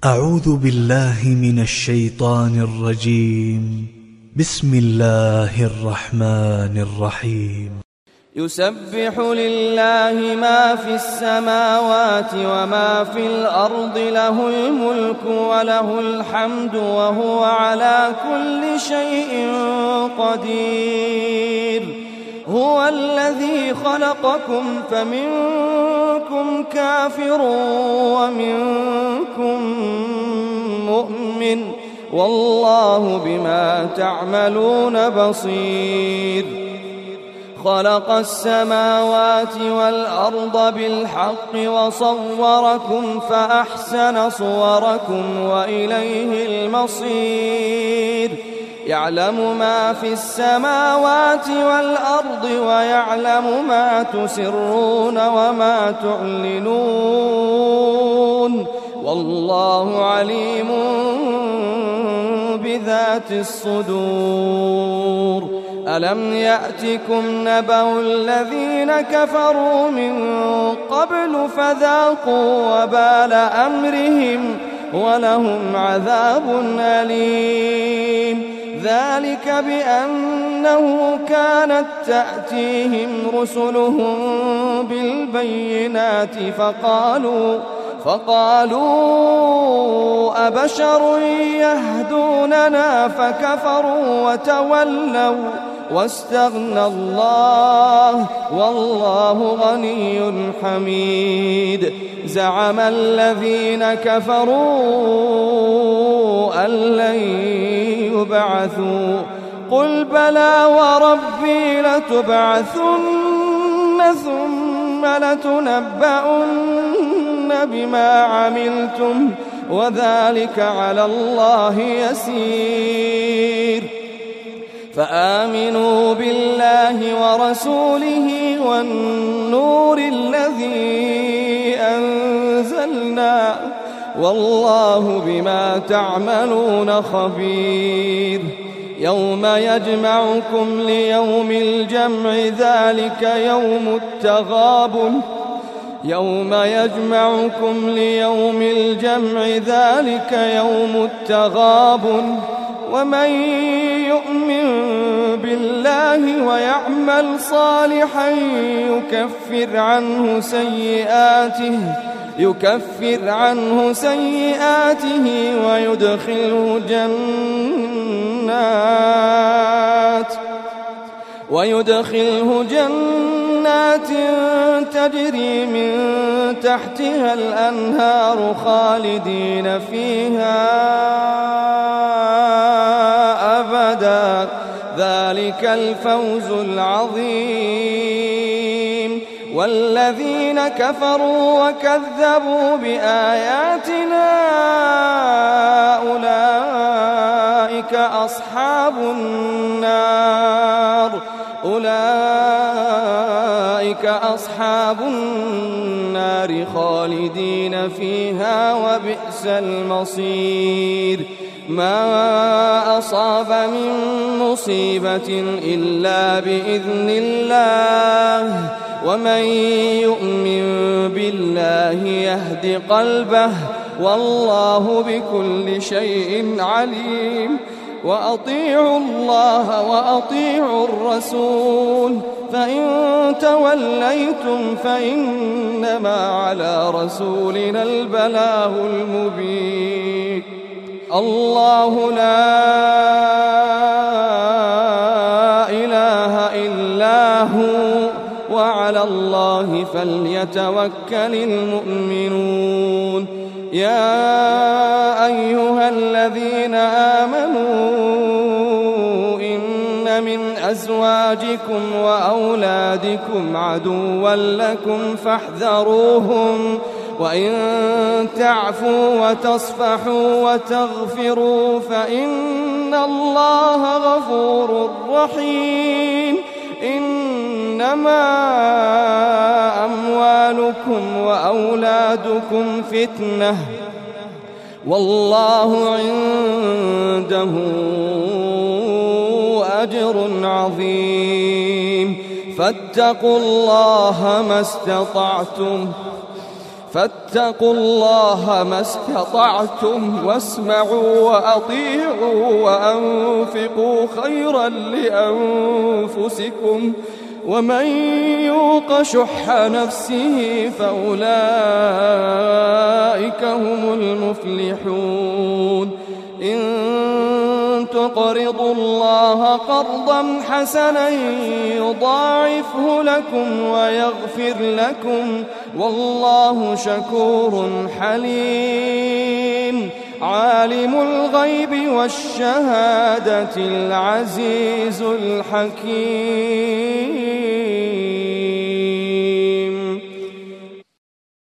أعوذ بالله من الشيطان الرجيم. بسم الله الرحمن الرحيم. يسبح لله ما في السماوات وما في الأرض، له الملك وله الحمد وهو على كل شيء قدير. هو الذي خلقكم فمنكم كافر ومنكم مؤمن، والله بما تعملون بصير. خلق السماوات والأرض بالحق وصوركم فأحسن صوركم وإليه المصير. يعلم ما في السماوات والأرض ويعلم ما تسرون وما تعلنون، والله عليم بذات الصدور. ألم يأتكم نبأ الذين كفروا من قبل فذاقوا وبال أمرهم ولهم عذاب أليم. ذلك بأنه كانت تأتيهم رسلهم بالبينات فقالوا أبشر يهدوننا فكفروا وتولوا واستغنى الله والله غني حميد. زعم الذين كفروا أن لن يبعثوا، قل بلى وربي لتبعثن ثم لتنبؤن بما عملتم وذلك على الله يسير. فآمنوا بالله ورسوله والنور الذي أنزلنا، والله بما تعملون خبير. يوم يجمعكم ليوم الجمع ذلك يوم التغابن، يوم يجمعكم ليوم الجمع ذلك يوم التغابن. ومن يؤمن بالله ويعمل صالحا يكفر عنه سيئاته ويدخله جنات تجري من تحتها الأنهار خالدين فيها أبدا، ذلك الفوز العظيم. والذين كفروا وكذبوا بآياتنا أولئك أصحاب النار خالدين فيها وبئس المصير. ما أصاب من مصيبة إلا بإذن الله، ومن يؤمن بالله يهد قلبه، والله بكل شيء عليم. وأطيعوا الله وأطيعوا الرسول، فإن توليتم فإنما على رسولنا البلاغ المبين. الله لا إله إلا هو، وعلى الله فليتوكل المؤمنون. يا أيها الذين آمنوا إن من أزواجكم وأولادكم عدوا لكم فاحذروهم، وإن تعفوا وتصفحوا وتغفروا فإن الله غفور رحيم. إنما أموالكم وأولادكم فتنة، والله عنده أجر عظيم. فاتقوا الله ما استطعتم فاتقوا الله ما استطعتم واسمعوا وأطيعوا وأنفقوا خيرا لأنفسكم ومن يوق شح نفسه فأولئك هم المفلحون إن تقرضوا الله قرضا حسنا يضاعفه لكم ويغفر لكم والله شكور حليم عالم الغيب والشهادة العزيز الحكيم.